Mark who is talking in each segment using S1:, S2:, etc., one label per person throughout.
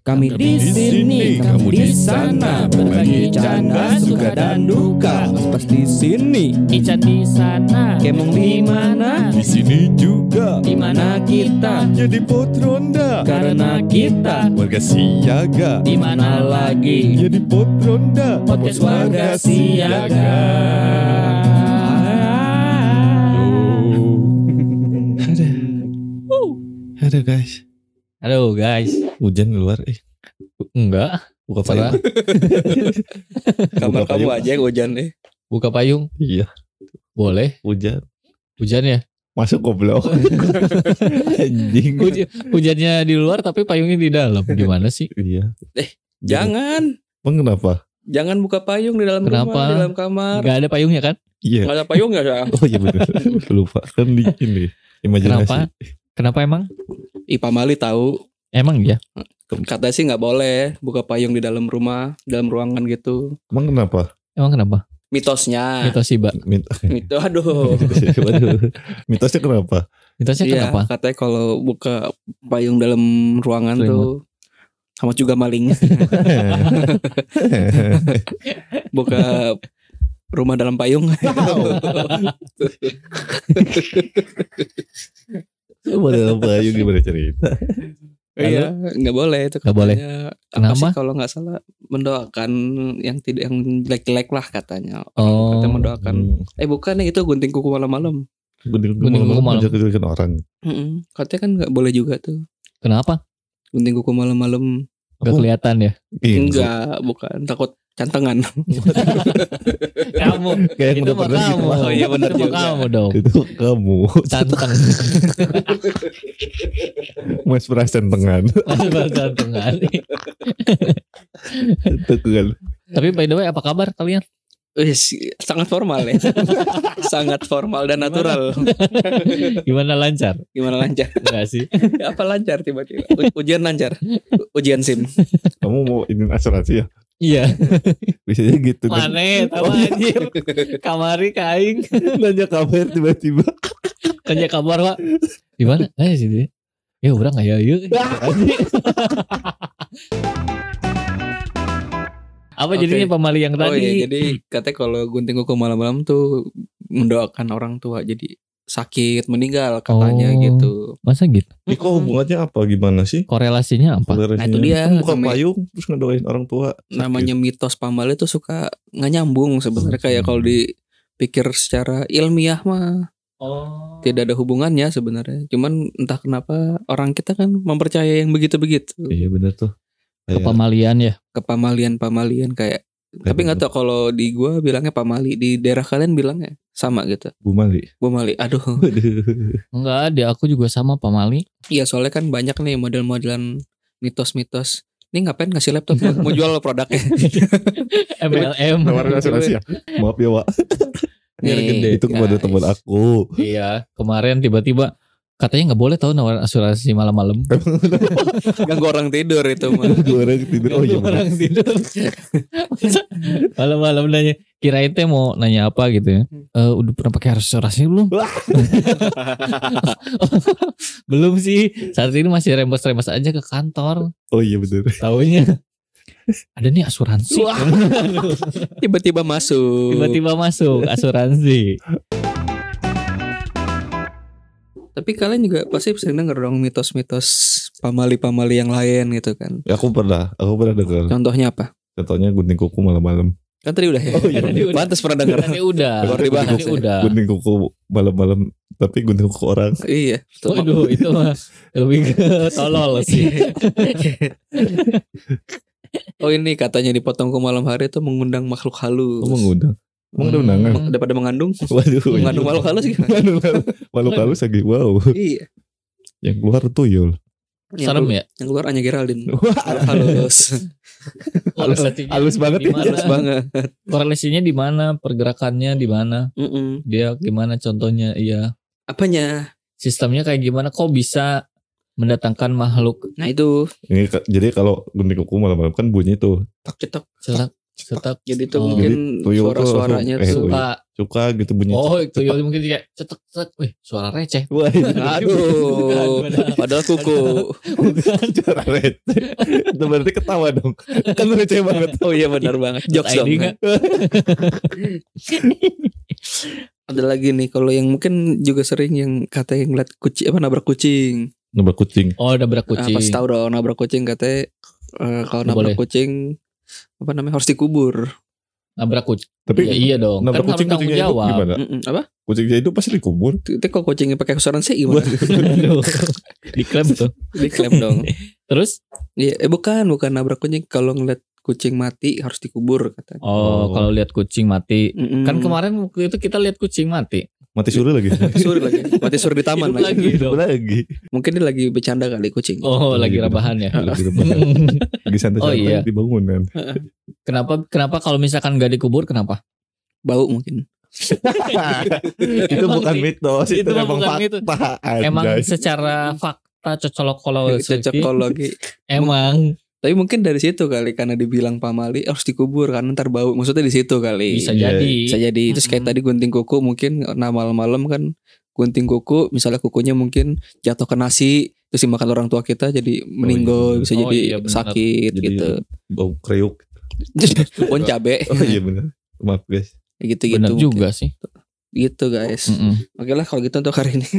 S1: Kami di sini, kamu di sana, berbagi canda, suka dan duka. Pas di sini,
S2: Ican di sana,
S1: Kemong di mana?
S3: Di sini juga
S1: Di mana kita?
S3: jadi potronda,
S1: Karena kita
S3: warga siaga.
S1: di mana lagi?
S3: Jadi potronda,
S1: Podcast warga siaga.
S3: Ada guys,
S2: halo guys.
S3: hujan keluar.
S2: Enggak,
S3: Buka
S2: salah.
S3: payung.
S1: Kamar
S3: Buka
S1: kamu
S3: payung.
S1: aja yang hujan nih.
S2: Buka payung,
S3: Iya,
S2: boleh.
S3: hujan.
S2: Hujan ya.
S3: Masuk goblok. Anjing.
S2: Hujannya di luar tapi payungnya di dalam. Gimana sih?
S3: Iya.
S1: Jangan,
S3: Bang, kenapa?
S1: jangan buka payung di dalam
S2: Kenapa?
S1: rumah, di dalam kamar.
S2: Enggak ada payungnya kan?
S3: Iya.
S1: Nggak ada payung nggak sih?
S3: Oh iya benar. Lupa kan di ini. Imajinasi.
S2: Kenapa? Kenapa emang?
S1: Pak Mali tahu.
S2: Emang ya?
S1: Katanya sih nggak boleh buka payung di dalam rumah, dalam ruangan gitu.
S3: Emang kenapa?
S2: Emang kenapa?
S1: Mitosnya.
S2: Mitos sih, Mbak.
S1: Aduh.
S3: Waduh. Mitosnya kenapa?
S2: Mitosnya
S1: Iya,
S2: kenapa?
S1: katanya kalau buka payung dalam ruangan
S2: Selimut.
S1: tuh sama juga malingnya. Buka rumah dalam payung.
S3: Coba dalam payung gimana cerita?
S1: Iya, nggak boleh itu.
S2: Nggak boleh.
S1: Katanya, apa
S2: Kenapa?
S1: sih kalau nggak salah mendoakan yang tidak yang jelek-jelek lah katanya.
S2: Oh.
S1: Katanya mendoakan. Bukan itu gunting kuku malam-malam.
S3: Gunting
S2: Gunting kuku malam.
S3: menjelek-jelekan orang.
S1: Katanya kan nggak boleh juga tuh.
S2: Kenapa?
S1: Gunting kuku malam-malam.
S2: Enggak kelihatan ya?
S1: Enggak, bukan. Takut cantengan.
S2: Kamu.
S3: Kayak yang
S2: Itu
S3: udah
S2: mah
S3: pernah
S2: kamu.
S3: gitu.
S1: Oh iya, benar
S2: Itu mah
S1: juga.
S2: kamu dong.
S3: Itu kamu.
S2: Canteng.
S3: Mas perasaan tengan.
S2: Mas cantengan.
S3: Itu kan.
S2: Tapi by the way apa kabar kalian?
S1: Wis, sangat formal ya. Sangat formal dan natural.
S2: Gimana, lancar?
S1: Gimana lancar?
S2: Enggak sih?
S1: Apa lancar tiba-tiba? Ujian lancar. Ujian SIM.
S3: Kamu mau ini asuransi ya?
S2: Iya.
S3: Biasanya gitu.
S2: Mana tahu anjir. Kamari kaing.
S3: Nanya kabar tiba-tiba.
S2: Tanya kabar, Pak. Di mana? Sini. Ya urang aya ieu. Apa
S1: Oke.
S2: jadinya pamali yang
S1: Oh
S2: tadi?
S1: iya, jadi katanya kalau gunting kuku malam-malam tuh mendoakan orang tua jadi sakit, meninggal katanya
S2: Oh.
S1: gitu.
S2: Masa gitu?
S3: Ini kok hubungannya apa? Gimana sih?
S2: Korelasinya apa?
S3: Toleransinya?
S1: Nah, itu dia.
S3: Kan buka
S1: Namanya-
S3: payung terus ngedoain orang tua. sakit.
S1: Namanya mitos pamali tuh suka nggak nyambung sebenarnya, kayak kalau dipikir secara ilmiah mah
S2: Oh.
S1: tidak ada hubungannya sebenarnya. Cuman entah kenapa orang kita kan mempercayai yang begitu-begitu.
S3: Iya benar tuh. Kayak-
S2: Kepamalian ya.
S1: Kepamalian kayak tapi nggak tahu kalau di gua bilangnya pamali, di daerah kalian bilangnya sama gitu.
S3: Bu Mali.
S1: Bu Mali. Aduh.
S2: Enggak, di aku juga sama pamali.
S1: Iya, soalnya kan banyak nih model-modelan mitos-mitos. Ini ngapain ngasih laptop? Mau jual produknya.
S2: MLM.
S3: Nawarin asuransi ya? Maaf ya, Wak.
S2: Biar
S1: Nih,
S2: gede.
S3: Itu kepada
S1: guys.
S3: teman aku.
S2: Iya, kemarin tiba-tiba katanya nggak boleh tahu nawarin asuransi malam-malam.
S1: Ganggu orang tidur itu mah.
S3: Dua orang tidur. Oh iya benar.
S2: Orang tidur. Masa malam-malam nanya, kirain teh mau nanya apa gitu ya. Udah pernah pakai asuransi belum? Belum sih. Saat ini masih rembes-rembes aja ke kantor.
S3: Oh iya benar.
S2: Taunya ada nih asuransi.
S1: Tiba-tiba masuk.
S2: Tiba-tiba masuk asuransi.
S1: Tapi kalian juga pasti sering denger dong mitos-mitos pamali-pamali yang lain gitu kan.
S3: Ya, aku pernah dengar.
S1: Contohnya apa?
S3: Contohnya gunting kuku malam-malam.
S1: Kan tadi udah ya.
S3: Oh iya.
S2: Tadi udah.
S1: Pantes pernah denger.
S2: Tadi udah.
S1: Baru dibahas
S2: Tadi
S1: ya.
S2: udah.
S3: Gunting kuku malam-malam, tapi gunting kuku orang.
S1: Iya.
S2: Waduh, itu mah lebih ke tolol sih.
S1: Oh ini katanya dipotong ke malam hari itu mengundang makhluk halus.
S3: Kamu ngundang. Emang ada undangan?
S1: Daripada mengandung.
S3: Waduh.
S1: Mengandung makhluk halus gimana?
S3: Malu halus lagi. Wow.
S1: Iya.
S3: Yang keluar tuyul.
S2: Serem ya?
S1: Yang keluar Anya Geraldine. Makhluk halus.
S2: Korelasinya
S3: halus banget
S2: di
S3: ya.
S2: mana?
S1: Halus banget.
S2: Korelasinya di mana? Pergerakannya di mana?
S1: Mm-mm.
S2: Dia gimana contohnya? Iya.
S1: Apanya?
S2: Sistemnya kayak gimana? Kok bisa mendatangkan makhluk
S1: Nah itu
S3: Ini jadi kalau gunting kuku malam-malam kan bunyi tuh.
S1: cetok.
S2: celak Cetek.
S1: Jadi tuh
S2: Oh.
S1: mungkin
S3: Jadi tuyul tuh
S1: suara-suaranya
S3: langsung,
S1: tuh.
S2: Suka.
S3: gitu bunyi.
S2: Oh, itu ya mungkin kayak cetek. Wih, suara receh.
S3: Wah,
S1: Aduh. Padahal kuku.
S2: Bukan.
S3: cara receh. Itu berarti ketawa dong. Kan receh banget.
S1: Oh iya benar banget. Jokes
S2: ID
S1: dong.
S2: nggak?
S1: Ada lagi nih kalau yang mungkin juga sering yang katanya ngeliat kucing nabrak kucing.
S3: Nabrak kucing.
S2: Oh, udah berak kucing.
S1: Pasti tahu dong nabrak kucing katanya kalau
S2: Nggak
S1: nabrak
S2: boleh.
S1: kucing harus dikubur.
S2: Nabrak kucing.
S3: Tapi
S2: Ya, iya dong.
S3: nabrak
S2: Kan harus
S3: kucing
S2: tanggung
S3: kucingnya hidup
S2: jawab.
S3: gimana?
S1: Apa?
S3: Kucingnya hidup pasti dikubur.
S1: Tapi kalau kucingnya pakai asuransi gimana?
S2: Aduh. Diklaim tuh.
S1: Diklaim dong.
S2: Terus?
S1: Iya, bukan nabrak kucing. Kalau ngeliat kucing mati harus dikubur katanya.
S2: Oh, kalau lihat kucing mati.
S1: Mm-mm.
S2: Kan kemarin waktu itu kita lihat kucing mati.
S3: Mati suri lagi.
S1: Mati suri di taman
S2: Hidup
S1: lagi.
S2: lagi dong.
S3: Lagi.
S1: Mungkin dia lagi bercanda kali kucing.
S2: Oh, lagi
S3: Lagi
S2: rebahan ya.
S3: Lagi rebahan. Lagi santai-santai
S2: Oh, iya.
S3: di bangunan.
S2: Kenapa kalau misalkan nggak dikubur kenapa?
S1: Bau mungkin.
S3: Itu
S2: Emang
S3: bukan
S2: sih.
S3: mitos, itu
S2: Itu mah
S3: emang
S2: bukan mitos.
S3: fakta.
S2: Emang
S3: anjay.
S2: secara fakta cocokologi
S1: Cocokologi.
S2: emang
S1: Tapi mungkin dari situ kali karena dibilang pamali harus dikubur karena ntar bau. Maksudnya di situ kali.
S2: bisa
S3: Iya,
S2: jadi.
S1: Bisa jadi. Terus kayak tadi gunting kuku mungkin malam-malam kan gunting kuku misalnya kukunya mungkin jatuh ke nasi terus dimakan orang tua kita jadi meninggal
S3: iya.
S1: bisa
S2: Oh,
S1: jadi
S2: iya, benar.
S1: sakit
S3: Jadi
S1: gitu.
S3: bau kriuk.
S1: Pun cabe.
S3: Oh iya benar. Maaf guys.
S1: Gitu-gitu.
S2: Benar
S1: mungkin.
S2: juga sih.
S1: Gitu guys.
S2: Mm-mm.
S1: Oke lah kalau gitu untuk hari ini.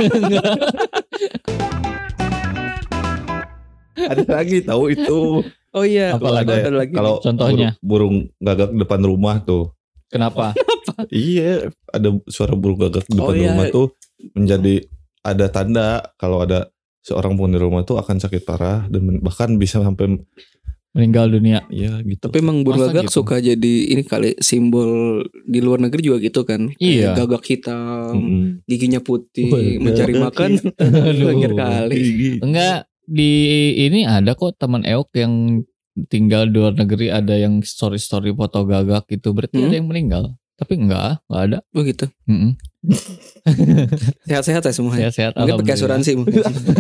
S3: Ada lagi tahu itu.
S1: Oh iya.
S2: Apa
S1: ada lagi.
S3: Kalau
S2: Contohnya?
S3: burung gagak depan rumah tuh.
S2: Kenapa?
S3: Iya, ada suara burung gagak depan
S1: Oh, iya.
S3: rumah tuh menjadi ada tanda kalau ada seorang penghuni rumah tuh akan sakit parah dan bahkan bisa sampai
S2: Meninggal dunia.
S3: ya gitu.
S1: Tapi emang burung
S2: Masa
S1: gagak
S2: gitu?
S1: suka jadi ini kali simbol di luar negeri juga gitu kan.
S2: Iya.
S1: Kayak gagak hitam,
S3: Mm-mm.
S1: giginya putih,
S3: Wah,
S1: mencari
S3: gagak
S1: makan.
S2: Aduh.
S1: Lengir kali.
S2: Enggak, di ini ada kok teman Eok yang tinggal di luar negeri, ada yang story foto gagak gitu. Berarti ada yang meninggal. Tapi enggak ada.
S1: Oh gitu.
S2: Mm-mm.
S1: Sehat-sehat ya semuanya.
S2: Sehat-sehat.
S1: Mungkin pakai
S2: alhamdulillah.
S1: asuransi mungkin.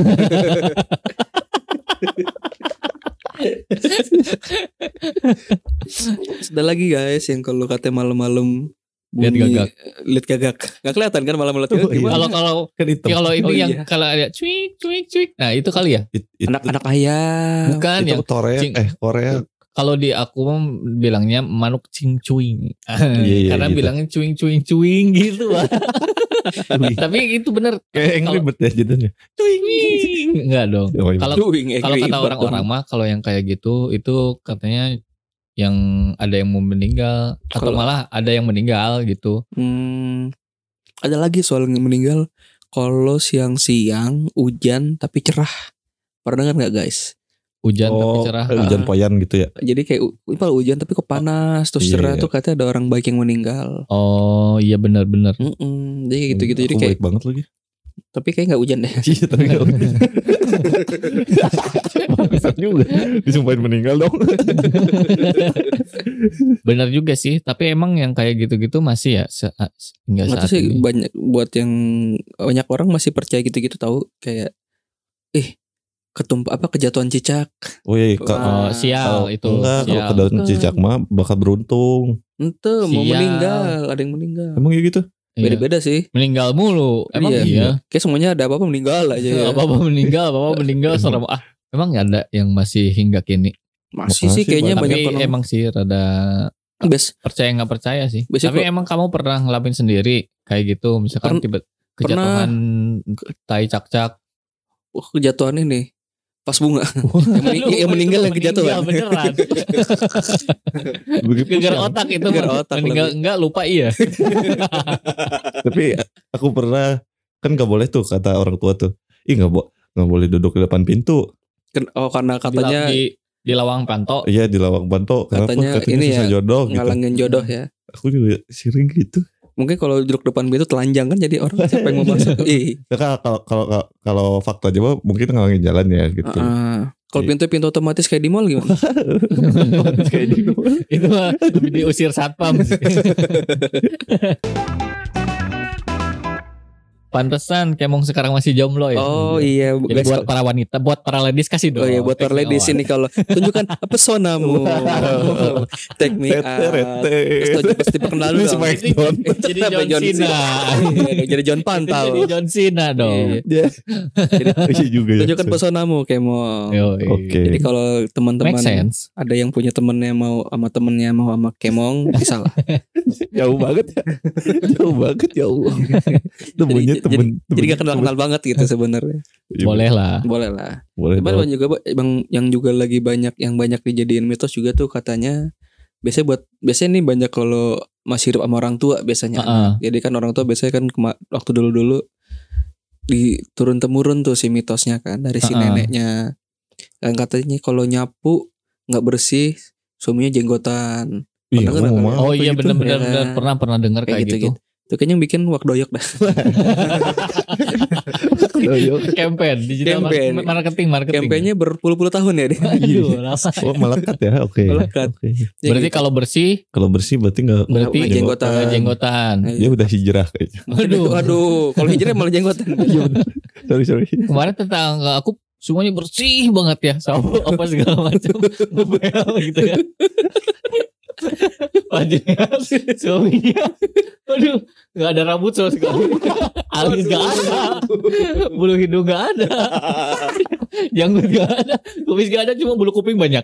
S1: Ada lagi guys yang kalau katanya malam-malam
S2: Lihat
S1: bunyi-
S2: gagak.
S1: Lihat gagak. Gak kelihatan kan malam-malam
S3: Oh, iya.
S1: gimana?
S2: Kalau
S3: Kan hitam.
S2: kalau ini
S1: Oh,
S2: yang
S1: iya.
S2: kalau ada cuik. Nah, itu kali ya.
S1: Anak-anak ayam.
S2: Bukan
S3: itu
S2: yang
S3: Korea
S2: cing-
S3: Korea
S2: kalau di aku mah bilangnya manuk cing-cuing.
S3: Iya,
S2: Karena
S3: gitu.
S2: bilangnya cuing gitu lah. Tapi itu bener.
S3: kayak Angry
S2: Kalau-
S3: Bird ya jadinya.
S2: Cuing. Enggak dong.
S3: Oh, iya.
S2: Kalau
S1: Doing
S2: kalau
S1: angry
S2: kata
S1: bird
S2: orang-orang
S1: dong.
S2: mah kalau yang kayak gitu itu katanya yang ada yang mau meninggal atau
S1: Kalau-
S2: malah ada yang meninggal gitu.
S1: Ada lagi soal yang meninggal. Kalau siang-siang hujan tapi cerah. Pernah dengar nggak guys?
S2: Hujan tapi
S3: Oh,
S2: cerah.
S3: hujan poyan gitu ya.
S1: Jadi kayak hujan tapi kok panas terus
S3: Iya,
S1: cerah
S3: iya.
S1: tuh katanya ada orang baik yang meninggal.
S2: Oh iya benar-benar.
S1: Jadi kayak gitu-gitu. Jadi
S3: Aku
S1: kayak
S3: baik banget lagi.
S1: tapi kayak nggak hujan deh.
S3: Iya tapi gak Bangsat juga. Disumpahin meninggal dong.
S2: Benar juga sih. Tapi emang yang kayak gitu-gitu masih ya hingga
S1: Nggak tahu
S2: saat
S1: sih
S2: ini.
S1: banyak buat yang banyak orang masih percaya gitu-gitu tahu kayak kejatuhan cicak.
S3: Oh iya
S2: Oh, sial itu.
S3: Enggak, kalau
S2: Sial.
S3: ke daun cicak mah bakal beruntung.
S1: Ente mau
S2: Sial.
S1: meninggal, ada yang meninggal.
S3: Emang ya gitu?
S2: Iya.
S1: Beda-beda sih.
S2: Meninggal mulu. Emang
S1: Iya.
S2: iya.
S1: Kayak semuanya ada apa-apa meninggal aja ya.
S2: Apa-apa meninggal serem. Emang nggak ada yang masih hingga kini.
S1: Masih sih
S3: Masih
S1: kayaknya
S2: Tapi
S1: banyak orang.
S2: emang sih rada percaya nggak percaya sih.
S1: Biasanya
S2: Tapi emang kamu pernah ngalamin sendiri kayak gitu, misalkan tiba kejatuhan tai cak-cak.
S1: Wah, kejatuhan ini pas bunga. yang meninggal yang kejatuhan.
S2: Meninggal beneran. Gegar otak itu
S1: Gegar
S2: mah.
S1: otak
S2: Meninggal
S1: lebih.
S2: enggak lupa iya.
S3: Tapi aku pernah kan gak boleh tuh kata orang tua tuh. Ih gak boleh duduk di depan pintu.
S1: Oh karena katanya
S2: di lawang panto.
S3: Iya di lawang banto. Kenapa?
S1: Katanya
S3: Katanya
S1: ini
S3: susah
S1: ya,
S3: jodoh gitu.
S1: ngalangin jodoh ya.
S3: Aku juga sering gitu.
S1: Mungkin kalau duduk depan pintu telanjang kan jadi orang siapa yang mau masuk.
S3: Ya, kalau fakta Jawa mungkin ngalangin jalan ya gitu.
S1: Kalau pintu otomatis kayak di mall gimana?
S3: Kayak di
S2: Itu mah lebih diusir satpam. Pantesan Kemong sekarang masih jomblo ya.
S1: Oh iya,
S2: Jadi
S1: guys.
S2: buat para wanita, buat para ladies kasih dong.
S1: Oh iya, buat para ladies ini kalau tunjukkan pesonamu. Take me out. Terus pasti perkenal dulu dong.
S2: Jadi John Cena.
S1: Jadi John Pantau.
S2: Jadi John Cena dong.
S1: Iya. Jadi
S3: Iya juga ya.
S1: tunjukkan pesonamu Kemong.
S3: Oke.
S1: Jadi kalau
S2: Make
S1: teman-teman
S2: sense.
S1: ada yang punya temennya mau sama Kemong, bisa lah.
S3: Jauh banget ya. Jauh banget ya Allah. Temennya temen.
S1: Jadi gak kenal banget gitu sebenarnya.
S2: Boleh lah.
S1: Boleh lah.
S3: Boleh.
S1: Cuman juga yang juga lagi banyak dijadiin mitos juga tuh katanya biasanya nih banyak kalau masih hidup sama orang tua biasanya. Jadi kan orang tua biasanya kan waktu dulu diturun temurun tuh si mitosnya kan dari si neneknya. Kan katanya kalau nyapu nggak bersih suaminya jenggotan.
S3: Iya,
S2: Oh iya
S3: gitu.
S2: benar pernah dengar kayak gitu.
S1: Itu kayaknya bikin wakdoyok dah.
S2: Campaign digital marketing.
S1: Kampanye berpuluh-puluh tahun ya dia.
S2: Aduh, rasa.
S3: Oh melekat ya, oke.
S1: Melekat.
S3: Oke.
S2: Berarti kalau bersih
S3: Berarti nggak.
S2: berarti
S1: jenggotan.
S2: jenggotan.
S3: Dia udah hijrah kayaknya.
S1: Aduh, kalau hijrah malah jenggotan.
S3: Sorry.
S2: Kemarin tetangga aku semuanya bersih banget ya, sapu apa segala macam, ngepel gitu ya. Wajahnya suaminya, aduh, nggak ada rambut sama sekali, alis nggak ada, bulu hidung nggak ada, janggut nggak ada, kumis nggak ada, cuma bulu kuping banyak.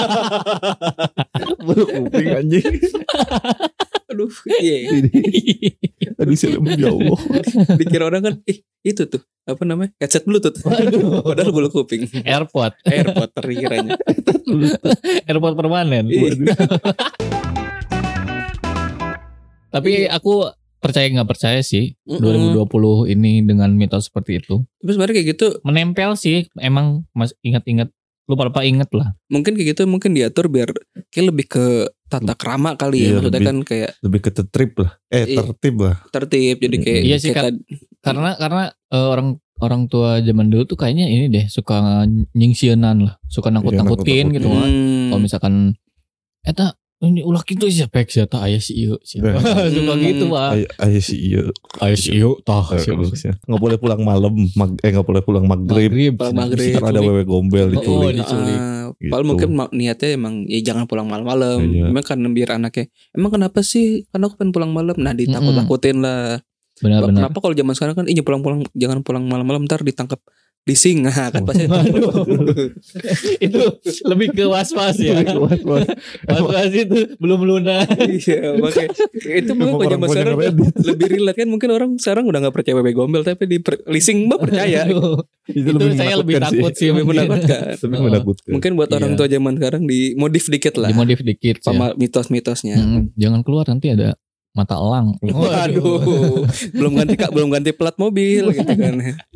S3: Bulu kuping anjing.
S1: Aduh, iya.
S3: Aduh serem ya Allah.
S1: Dikira orang kan, itu tuh apa namanya headset Bluetooth. Padahal bulu kuping.
S2: AirPod
S1: terkiranya.
S2: AirPod permanen. Tapi aku percaya nggak percaya sih 2020 ini dengan mitos seperti itu.
S1: Tapi sebenarnya kayak gitu
S2: Menempel sih, emang mas ingat-ingat, lupa inget lah.
S1: mungkin kayak gitu mungkin diatur biar kayak lebih ke tata krama kali ya.
S3: Iya,
S1: Maksudnya
S3: lebih-
S1: kan kayak
S3: Lebih ke tertib lah. Tertib lah.
S1: tertib. Jadi kayak
S2: Iya sih,
S1: kayak
S2: Karena orang tua zaman dulu tuh kayaknya ini deh suka nyingsienan lah, suka nakut-nakutin
S3: nakut-nakutin.
S2: gitu kan. Kalau misalkan eta ini ulah gitu sih pek sia tah aya si ieu sih. Suka gitu Pak.
S3: Ayo sih iya.
S2: Aya si ieu tah si
S3: Nggak boleh pulang malam. Nggak boleh pulang maghrib.
S1: maghrib.
S3: Ntar ada wewe gombel
S2: Oh,
S3: diculik.
S2: diculik.
S1: Padahal
S3: Gitu.
S1: mungkin niatnya emang ya jangan pulang malam-malam.
S3: Iya.
S1: Emang karena biar anaknya emang kenapa sih? Karena aku pengen pulang malam. Nah ditakut-takutin lah.
S2: Benar-benar.
S1: Kenapa kalau zaman sekarang kan jangan pulang malam-malam ntar ditangkap di sing. Nah, kan pasti
S2: Itu lebih ke was-was ya. Was-was itu belum lunas.
S1: iya, makanya itu mungkin kalau zaman sekarang lebih relate kan mungkin orang sekarang udah nggak percaya bebek gombel tapi di leasing mah percaya.
S2: Aduh, itu saya lebih takut sih.
S1: Lebih menakutkan.
S3: Lebih menakutkan.
S1: Mungkin buat orang
S2: Iya.
S1: tua zaman sekarang dimodif dikit lah
S2: Dimodif dikit ya.
S1: sama mitos-mitosnya.
S2: Jangan keluar nanti ada mata elang.
S1: Waduh, belum ganti plat mobil gitu kan.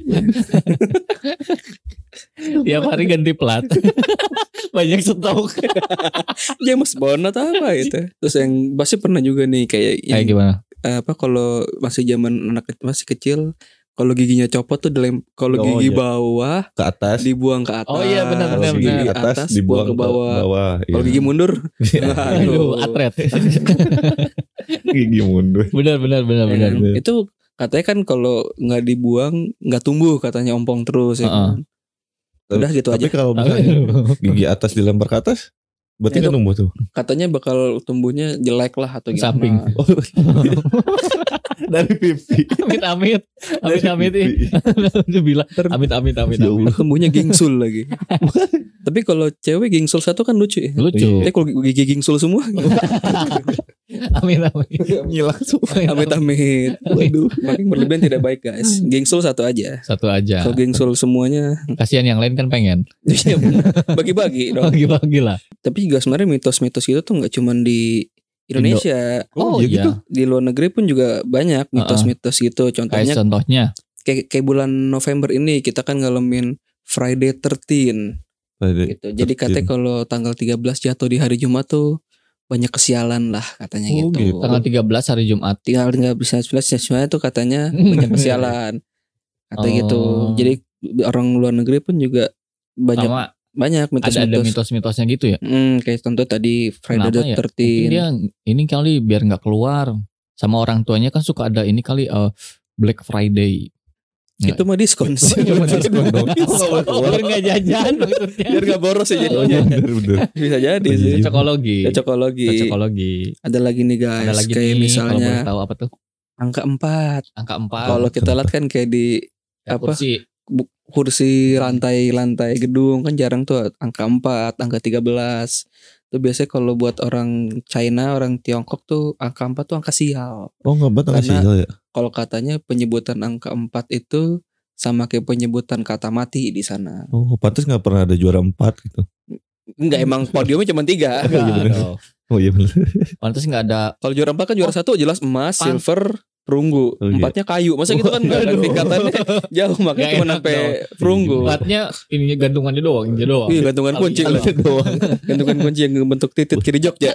S2: Tiap hari ganti plat. Banyak stok.
S1: James Bond atau apa itu. Terus yang pasti pernah juga nih kayak
S2: Kayak
S1: yang,
S2: gimana?
S1: apa kalau masih zaman masih kecil kalau giginya copot tuh kalau
S3: Oh,
S1: gigi
S3: iya.
S1: bawah
S3: Ke atas.
S1: dibuang ke atas.
S2: Oh iya, benar,
S3: Kalau
S1: Gigi
S3: gigi
S1: di
S3: atas
S1: atas
S3: dibuang
S1: buang ke bawah. Kalau
S3: Iya.
S1: gigi mundur,
S2: Aduh, atret.
S3: Gigi mundur.
S2: Benar.
S3: Benar.
S1: Itu katanya kan kalau nggak dibuang nggak tumbuh katanya ompong terus ya. kan. Udah gitu
S3: Tapi
S1: aja.
S3: kalau misalnya gigi atas dilempar ke atas, berarti
S1: Itu-
S3: kan numbuh tuh.
S1: Katanya bakal tumbuhnya jelek lah atau gimana.
S2: Samping.
S3: Oh, dari pipi.
S2: Amit. Dia bilang amit.
S3: Ya Allah.
S1: Tumbuhnya gingsul lagi. Tapi kalau cewek gingsul satu kan lucu ya.
S2: Lucu.
S1: Tapi kalau gigi gingsul semua
S2: Amit.
S3: Ngilang semua.
S1: amit-amit. Waduh, makin berlebihan tidak baik guys. Gingsul satu aja.
S2: Satu aja.
S1: Kalau gingsul semuanya
S2: Kasihan yang lain kan pengen.
S1: iya, bagi-bagi dong.
S2: Bagi-bagi lah.
S1: Tapi juga sebenarnya mitos-mitos itu tuh nggak cuma di Indonesia.
S2: Oh
S3: iya gitu.
S2: iya.
S1: Di luar negeri pun juga banyak mitos-mitos gitu.
S2: Kayak
S1: Contohnya
S2: contohnya.
S1: kayak bulan November ini kita kan ngalamin Friday 13 gitu. Jadi katanya kalau tanggal 13 jatuh di hari Jumat tuh banyak kesialan lah katanya
S3: Oh,
S1: gitu.
S3: gitu.
S2: Tanggal 13 hari Jumat.
S1: Tinggal nggak bisa 11 semuanya tuh katanya banyak kesialan. Kata gitu. Jadi orang luar negeri pun juga banyak
S2: Sama
S1: banyak
S2: ada
S1: mitos-mitos.
S2: mitos-mitosnya gitu ya.
S1: Kayak contoh tadi Friday
S2: Kenapa
S1: the
S2: ya? Mungkin
S1: 13.
S2: dia ini kali biar nggak keluar. Sama orang tuanya kan suka ada ini kali Black Friday.
S1: Itu mah diskon sih.
S3: Cuma diskon dong.
S2: Biar nggak jajan maksudnya.
S1: Biar gak boros ya jadinya.
S3: Bener.
S1: Bisa jadi sih.
S2: Cocokologi.
S1: Ada lagi nih guys.
S2: Ada lagi
S1: kayak
S2: nih,
S1: misalnya
S2: kalau boleh tahu apa tuh?
S1: angka 4.
S2: Angka 4.
S1: Kalau kita lihat kan kayak di apa?
S2: Kursi.
S1: Kursi lantai gedung kan jarang tuh angka 4, angka 13. Itu biasanya kalau buat orang China, orang Tiongkok tuh angka 4 tuh angka sial.
S3: Oh enggak banget angka
S1: Karena
S3: sial ya.
S1: Kalau katanya penyebutan angka 4 itu sama kayak penyebutan kata mati di sana.
S3: Oh pantas enggak pernah ada juara 4 gitu.
S1: Enggak, emang podiumnya cuma 3.
S3: Oh iya benar.
S2: Pantas nggak ada.
S1: Kalau juara 4 kan juara 1 jelas emas, silver, perunggu.
S3: Oh, iya.
S1: 4-nya kayu. Masa gitu kan enggak ada tingkatannya jauh, makanya cuma sampai perunggu.
S2: 4-nya ininya gantungannya doang, ini doang.
S1: Iya, gantungan kunci lah. Gantungan kunci yang bentuk titik kiri Jogja.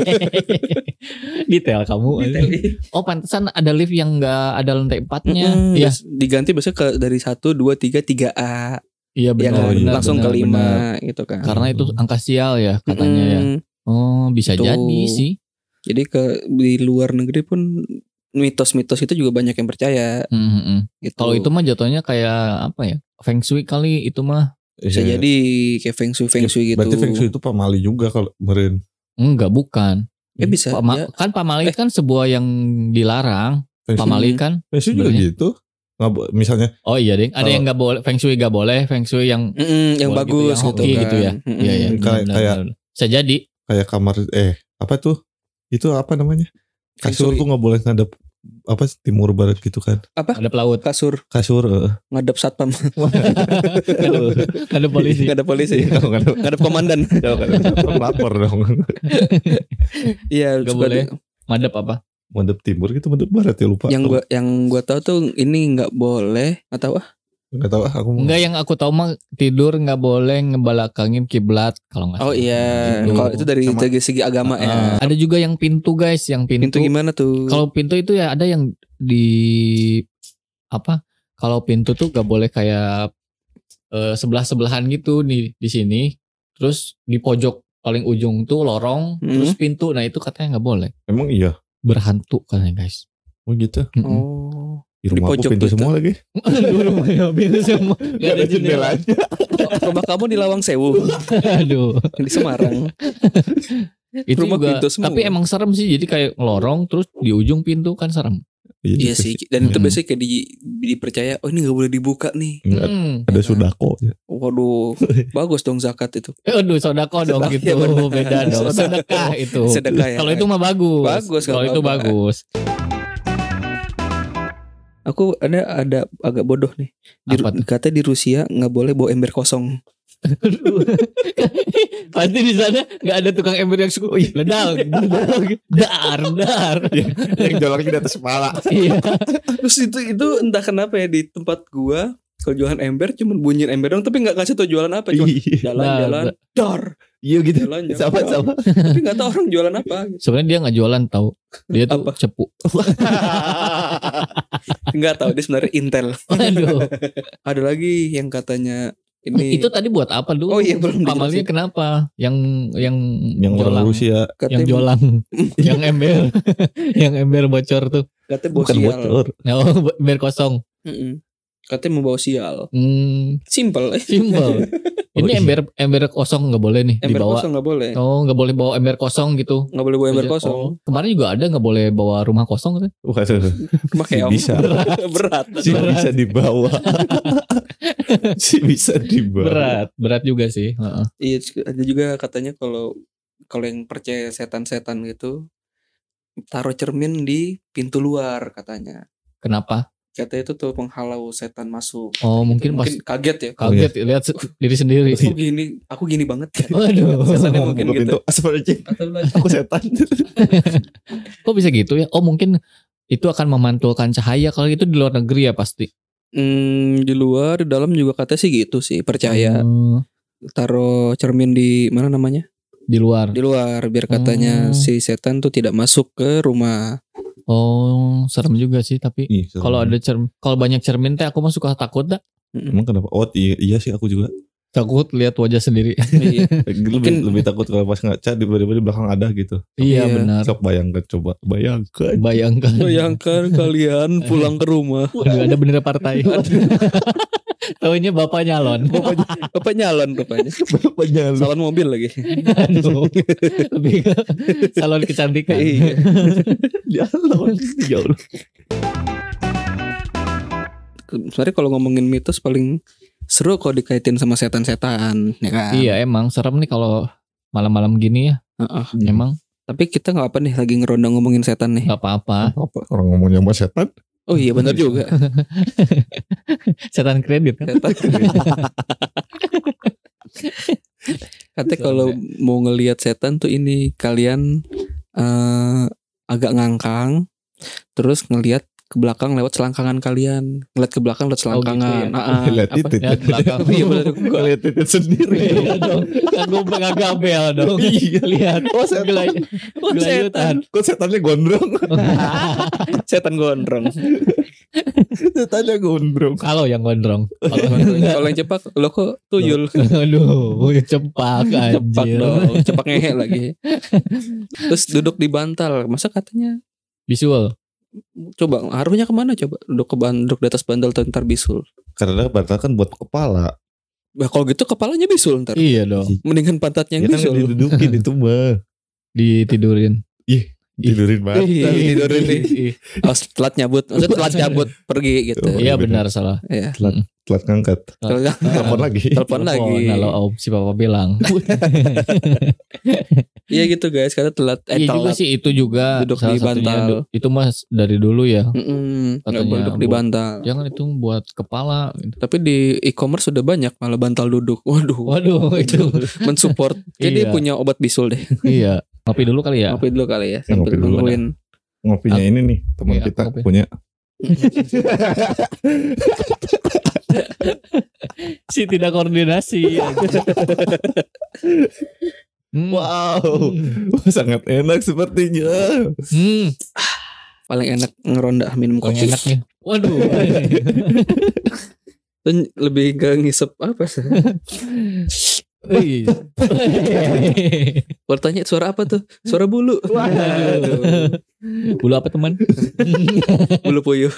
S2: Detail kamu. Oh, pantesan ada lift yang nggak ada lantai 4-nya. Iya.
S1: Diganti biasanya dari 1, 2, 3, 3A.
S2: Iya benar.
S1: Langsung ke 5 gitu kan.
S2: Karena itu angka sial ya katanya ya. Oh, bisa jadi sih.
S1: Jadi di luar negeri pun mitos-mitos itu juga banyak yang percaya. Gitu.
S2: Kalau itu mah jatuhnya kayak apa ya? Feng Shui kali itu mah.
S1: Bisa jadi kayak feng shui gitu.
S3: Berarti feng shui itu pamali juga kalau kemarin.
S2: Enggak, bukan.
S1: Bisa.
S2: Kan pamali kan sebuah yang dilarang. Pamali kan.
S3: Feng shui juga gitu. Nggak, misalnya.
S2: Oh iya deh. Ada yang nggak boleh. Feng Shui nggak boleh. Feng Shui yang
S1: bagus
S2: gitu, yang gitu ya. Iya iya.
S3: Kayak
S2: bisa jadi.
S3: Kayak kamar apa tuh? Itu apa namanya? Kasur tuh nggak boleh ngadep apa timur barat gitu kan?
S1: Apa?
S2: Ngadep laut.
S3: Kasur
S1: ngadep satpam.
S2: Ngadep polisi.
S1: Ngadep komandan.
S3: Lapor dong.
S1: Iya.
S2: Nggak boleh. Ngadep apa?
S3: Ngadep timur gitu, ngadep barat ya lupa.
S1: Yang gua tahu tuh ini nggak boleh. Nggak tahu
S3: Nggak tahu aku.
S2: Enggak, yang aku tahu mah tidur nggak boleh ngebelakangin kiblat kalau nggak salah.
S1: Oh iya. Kalau itu dari segi agama ya.
S2: Ada juga yang pintu guys, yang pintu
S1: gimana tuh?
S2: Kalau pintu itu ya ada yang di apa? Kalau pintu tuh nggak boleh kayak sebelah-sebelahan gitu di sini. Terus di pojok paling ujung tuh lorong, terus pintu. Nah itu katanya nggak boleh.
S3: Emang iya.
S2: Berhantu katanya guys.
S3: Oh gitu.
S1: Oh.
S3: Di rumah aku pintu semua lagi.
S2: Rumahnya pintu semua. Gak ada jendelanya.
S1: Rumah kamu di Lawang Sewu.
S2: Aduh.
S1: Di Semarang.
S2: Itu
S1: rumah
S2: juga.
S1: pintu semua.
S2: Tapi emang serem sih. Jadi kayak lorong terus di ujung pintu kan serem.
S1: Iya sih. Dan itu biasanya kayak dipercaya. Oh ini gak boleh dibuka nih.
S3: Ada sodako.
S1: Waduh. Bagus dong zakat itu.
S2: Aduh sodako dong gitu. Beda dong. Sedekah itu.
S1: Sedekah ya.
S2: Kalau itu mah bagus. Kalau itu bagus.
S1: Aku ada agak bodoh nih. Katanya di Rusia nggak boleh bawa ember kosong.
S2: Pasti di sana nggak ada tukang ember yang suka. Ledal, dar.
S3: Yang jualannya di atas kepala.
S2: Iya.
S1: Terus itu entah kenapa ya di tempat gua kalau jualan ember cuma bunyiin ember dong, tapi nggak kasih tau jualan apa. Cuma jalan-jalan dar.
S3: Iya gitu.
S1: Sama. Tapi nggak tahu orang jualan apa.
S2: Sebenarnya dia nggak jualan tahu. Dia tuh cepu.
S1: Nggak tahu dia sebenarnya intel.
S2: Aduh.
S1: Ada lagi yang katanya ini.
S2: Itu tadi buat apa dulu?
S1: Oh iya belum.
S2: Pamalnya kenapa? Yang
S3: orang Rusia.
S2: Yang jolang. Yang ember. Yang ember bocor tuh.
S1: Katanya bawa sial.
S3: Bocor.
S2: Oh, ember kosong.
S1: Katanya membawa sial. Simple. Ini ember kosong nggak boleh nih
S2: ember
S1: dibawa.
S2: Kosong nggak boleh. Oh, nggak boleh bawa ember kosong gitu.
S1: Nggak boleh bawa ember kosong.
S2: Oh, kemarin juga ada nggak boleh bawa rumah kosong kan?
S1: Rumah keong.
S3: Bisa.
S1: Berat.
S3: Bisa dibawa. Bisa dibawa.
S2: Berat juga sih.
S1: Iya, ada juga katanya kalau yang percaya setan-setan gitu taruh cermin di pintu luar katanya.
S2: Kenapa?
S1: Katanya itu tuh penghalau setan masuk.
S2: Oh, mungkin
S1: kaget ya.
S2: Kaget lihat diri sendiri.
S1: Aku gini banget kan.
S2: Waduh.
S1: Setannya mungkin gitu.
S3: Aku setan.
S2: Kok bisa gitu ya? Oh, mungkin itu akan memantulkan cahaya. Kalau itu di luar negeri ya pasti.
S1: Di luar, di dalam juga katanya sih gitu sih, percaya. Taruh cermin di mana namanya?
S2: Di luar
S1: biar katanya si setan tuh tidak masuk ke rumah.
S2: Oh, serem juga sih tapi kalau ada kalau banyak cermin teh aku mah suka takut dah.
S3: Emang kenapa? Oh iya sih aku juga.
S2: Takut lihat wajah sendiri.
S1: Iya.
S3: lebih takut kalau pas ngaca tiba-tiba di belakang ada gitu.
S2: Iya benar.
S3: Sok bayangkan, coba bayangkan.
S1: Bayangkan kalian pulang ke rumah.
S2: Waduh, ada bendera partai. Taunya bapak nyalon.
S1: Bapak nyalon. Salon mobil lagi.
S2: Aduh, lebih ke salon kecantikan.
S1: Iya.
S3: Nyalon. Ya Allah.
S1: Sebenarnya kalau ngomongin mitos paling seru kalau dikaitin sama setan-setan, ya kan?
S2: Iya emang serem nih kalau malam-malam gini ya. Emang.
S1: Tapi kita nggak apa nih lagi ngeronda ngomongin setan nih.
S2: Nggak apa-apa.
S3: Orang ngomongnya sama setan.
S1: Oh iya benar juga.
S2: Setan kredit kan.
S1: Katanya kalau mau ngelihat setan tuh ini kalian agak ngangkang, terus ngelihat ke belakang lewat selangkangan kalian, ngeliat ke belakang lewat selangkangan.
S3: Lihat itu.
S2: Lihat belakang.
S1: Iya benar.
S3: Lihat itu sendiri.
S2: Iya dong. Kan gue ngagabel dong. Lihat.
S3: Oh setan.
S2: Gelayutan.
S3: Kok setannya gondrong?
S1: Setan gondrong.
S3: Setannya gondrong.
S2: Kalau yang gondrong.
S1: Kalau yang cepak, lo kok tuyul.
S2: Aduh, cepak anjir.
S1: Cepak dong, cepak ngehe lagi. Terus duduk di bantal, masa katanya
S2: Bisul.
S1: coba ngaruhnya kemana coba duduk di atas bantal ntar bisul.
S3: Karena bantal kan buat kepala.
S1: Nah kalau gitu kepalanya bisul ntar.
S2: Iya dong.
S1: Mendingan pantatnya yang
S3: Ya kan
S1: bisul.
S3: didudukin itu mah.
S2: Ditidurin.
S3: Tidurin banget.
S1: Tidurin nih. Oh, telat nyabut, maksudnya telat cabut pergi gitu.
S3: Oh,
S2: Iya
S3: benar.
S2: benar salah.
S1: Iya.
S3: Telat ngangkat. Telepon lagi.
S1: Telepon lagi.
S2: Kalau si papa bilang.
S1: Iya gitu guys, karena telat.
S2: Iya juga
S1: telat.
S2: sih itu juga
S1: Duduk
S2: salah
S1: di
S2: satunya.
S1: bantal.
S2: Itu mas dari dulu ya.
S1: Nggak
S2: Katanya
S1: boleh duduk di
S2: buat-
S1: bantal.
S2: Jangan itu buat kepala. Gitu.
S1: Tapi di e-commerce sudah banyak malah bantal duduk. Waduh,
S2: itu.
S1: mensupport. Jadi
S2: Iya.
S1: punya obat bisul deh.
S2: Iya. Ngopi dulu kali ya.
S1: Ngopi dulu kali ya.
S3: Ya, ngopi
S1: Sambil
S3: dulu.
S1: nungguin.
S3: Ngopinya ini nih teman
S2: Iya,
S3: kita
S2: ngopi.
S3: punya.
S2: Si tidak koordinasi.
S3: Wow, sangat enak sepertinya.
S1: Paling enak ngeronda minum
S2: Paling
S1: kopi.
S2: enak nih. Waduh.
S1: Dan lebih gak ngisep apa sih?
S2: Wih.
S1: Bertanya suara apa tuh? Suara bulu. Waduh.
S2: Bulu apa teman?
S1: Bulu puyuh.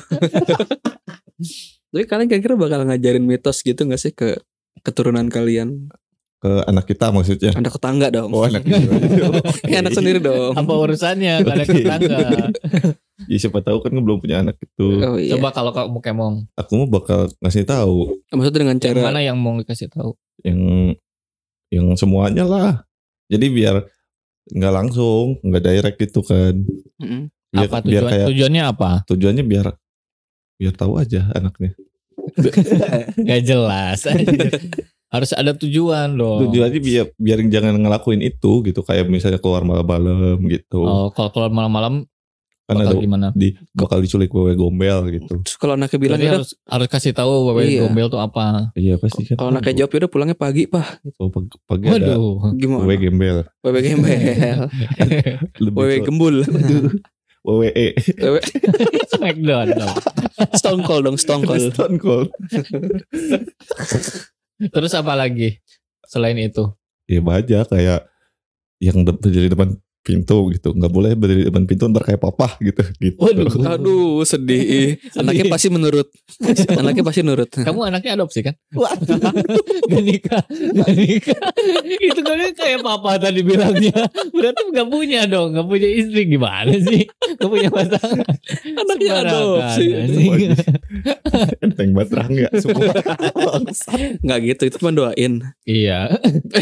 S1: Tapi kalian kira-kira bakal ngajarin mitos gitu gak sih ke keturunan kalian?
S3: Ke anak kita maksudnya.
S1: Anak tetangga dong.
S3: Oh anak kita.
S1: Anak sendiri dong.
S2: Apa urusannya? Karena tetangga.
S3: Ya siapa tahu kan belum punya anak itu.
S1: Oh iya.
S2: Coba kalau kamu kemong.
S3: Aku mau bakal ngasih tahu
S1: Maksudnya dengan
S2: Yang
S1: cara
S2: mana yang mau dikasih tahu?
S3: yang semuanya lah. Jadi biar nggak langsung, nggak direct gitu kan.
S1: Mm-mm.
S3: Biar,
S2: Apa
S3: biar kayak
S2: tujuannya apa?
S3: tujuannya biar tahu aja anaknya.
S2: Gak jelas. Harus ada tujuan dong.
S3: Tujuannya biar jangan ngelakuin itu gitu, kayak misalnya keluar malam-malam gitu.
S2: Oh, kalau keluar malam-malam
S3: Kan ada
S2: bakal gimana?
S3: bakal diculik wewe gombel gitu.
S1: Terus kalau anaknya bilang
S2: Berarti
S1: udah,
S2: harus kasih tahu wewe
S1: Iya.
S2: gombel tuh apa.
S3: Iya pasti kan.
S1: kalau anaknya jawab udah pulangnya pagi pak.
S3: Oh, pagi ada
S2: Waduh.
S1: Gimana?
S3: wewe gembel.
S1: Wewe gembel. Wewe gembul.
S3: WWE.
S1: Wewe
S2: Smackdown dong.
S1: Stone Cold dong, Stone Cold.
S3: Stone Cold.
S2: Terus apa lagi selain itu?
S3: Ya banyak kayak yang berdiri depan pintu gitu, nggak boleh berdiri depan pintu ntar kayak papa gitu.
S2: Waduh.
S1: Aduh sedih. Anaknya pasti menurut. Anaknya pasti nurut.
S2: Kamu anaknya adopsi kan? Gak nikah. Itu kan kayak papa tadi bilangnya. Berarti gak punya dong. Gak punya istri. Gimana sih? Gak punya pasangan.
S1: Anaknya adopsi.
S3: Enteng banget terang ya.
S1: Nggak gitu, itu cuma doain.
S2: Iya.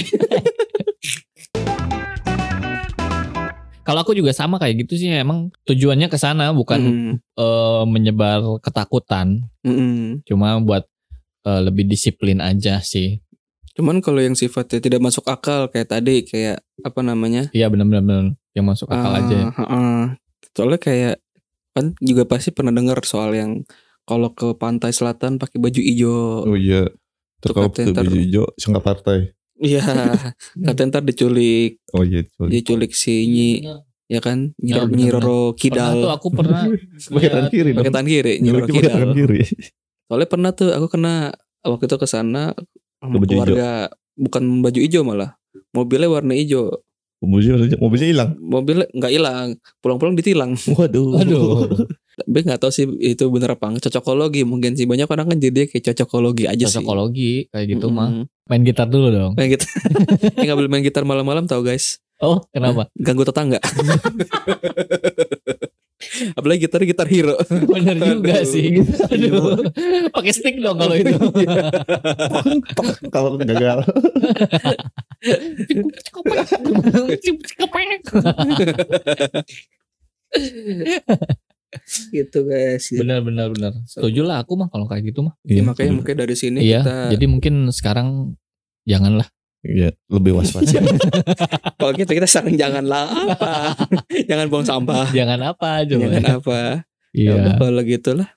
S2: Kalau aku juga sama kayak gitu sih. Emang tujuannya ke sana bukan menyebar ketakutan. Cuma buat lebih disiplin aja sih.
S1: Cuman kalau yang sifatnya tidak masuk akal kayak tadi, kayak apa namanya?
S2: Iya benar-benar yang masuk akal aja.
S1: Soalnya kayak kan juga pasti pernah dengar soal yang kalau ke pantai selatan pakai baju hijau.
S3: Oh iya. Terus kalau
S1: Tukar tenter.
S3: baju hijau sengkap partai.
S1: Iya, katanya ntar diculik,
S3: Oh iya. Sorry.
S1: diculik si Nyi, ya kan?
S2: Ya,
S1: Nyi
S2: benar-benar.
S1: Roro
S2: Pernah tuh
S1: Kidal.
S2: aku pernah
S3: Pakai tangan kiri dong.
S1: Pakai tangan kiri, Nyi Roro
S3: Nyuliknya pakai tangan
S1: Kidal.
S3: kiri.
S1: Soalnya pernah tuh aku kena waktu itu ke sana
S3: Baju
S1: keluarga bukan baju hijau malah. Mobilnya warna hijau.
S3: Mobilnya hilang.
S1: Mobilnya nggak hilang, pulang-pulang ditilang.
S3: Waduh.
S1: Tapi nggak tahu sih itu bener apa enggak. Cocokologi mungkin sih, banyak orang kan jadi kayak cocokologi aja sih.
S2: Cocokologi kayak gitu mah. Main gitar dulu dong.
S1: Main gitar. Nggak boleh main gitar malam-malam tahu guys.
S2: Oh kenapa?
S1: Ganggu tetangga. Apalagi gitar hero.
S2: Bener juga sih. Aduh. Pakai stick dong kalau itu.
S3: Kalau gagal.
S1: Gitu guys.
S2: Benar. Setuju lah aku mah kalau kayak gitu mah.
S1: Ya, makanya mungkin dari sini kita.
S2: Jadi mungkin sekarang janganlah.
S3: Iya, lebih was-was.
S1: Kalau kita sering janganlah apa. Jangan buang sampah.
S2: Jangan apa coba.
S1: Jangan apa.
S2: Iya.
S1: Kalau gitulah.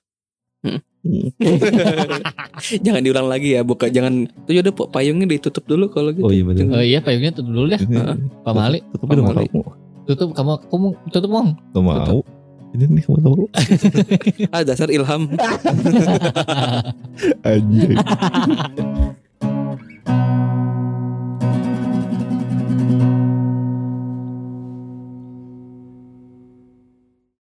S1: Jangan diulang lagi ya, jangan. Tuh udah payungnya ditutup dulu kalau gitu.
S3: Oh iya benar.
S2: Oh iya payungnya tutup dulu deh. Pak Mali.
S3: Tutup dong kamu.
S2: Tutup kamu tutup Mong.
S3: Gak mau. Ini nih kamu tahu.
S1: Dasar ilham.
S3: Anjing.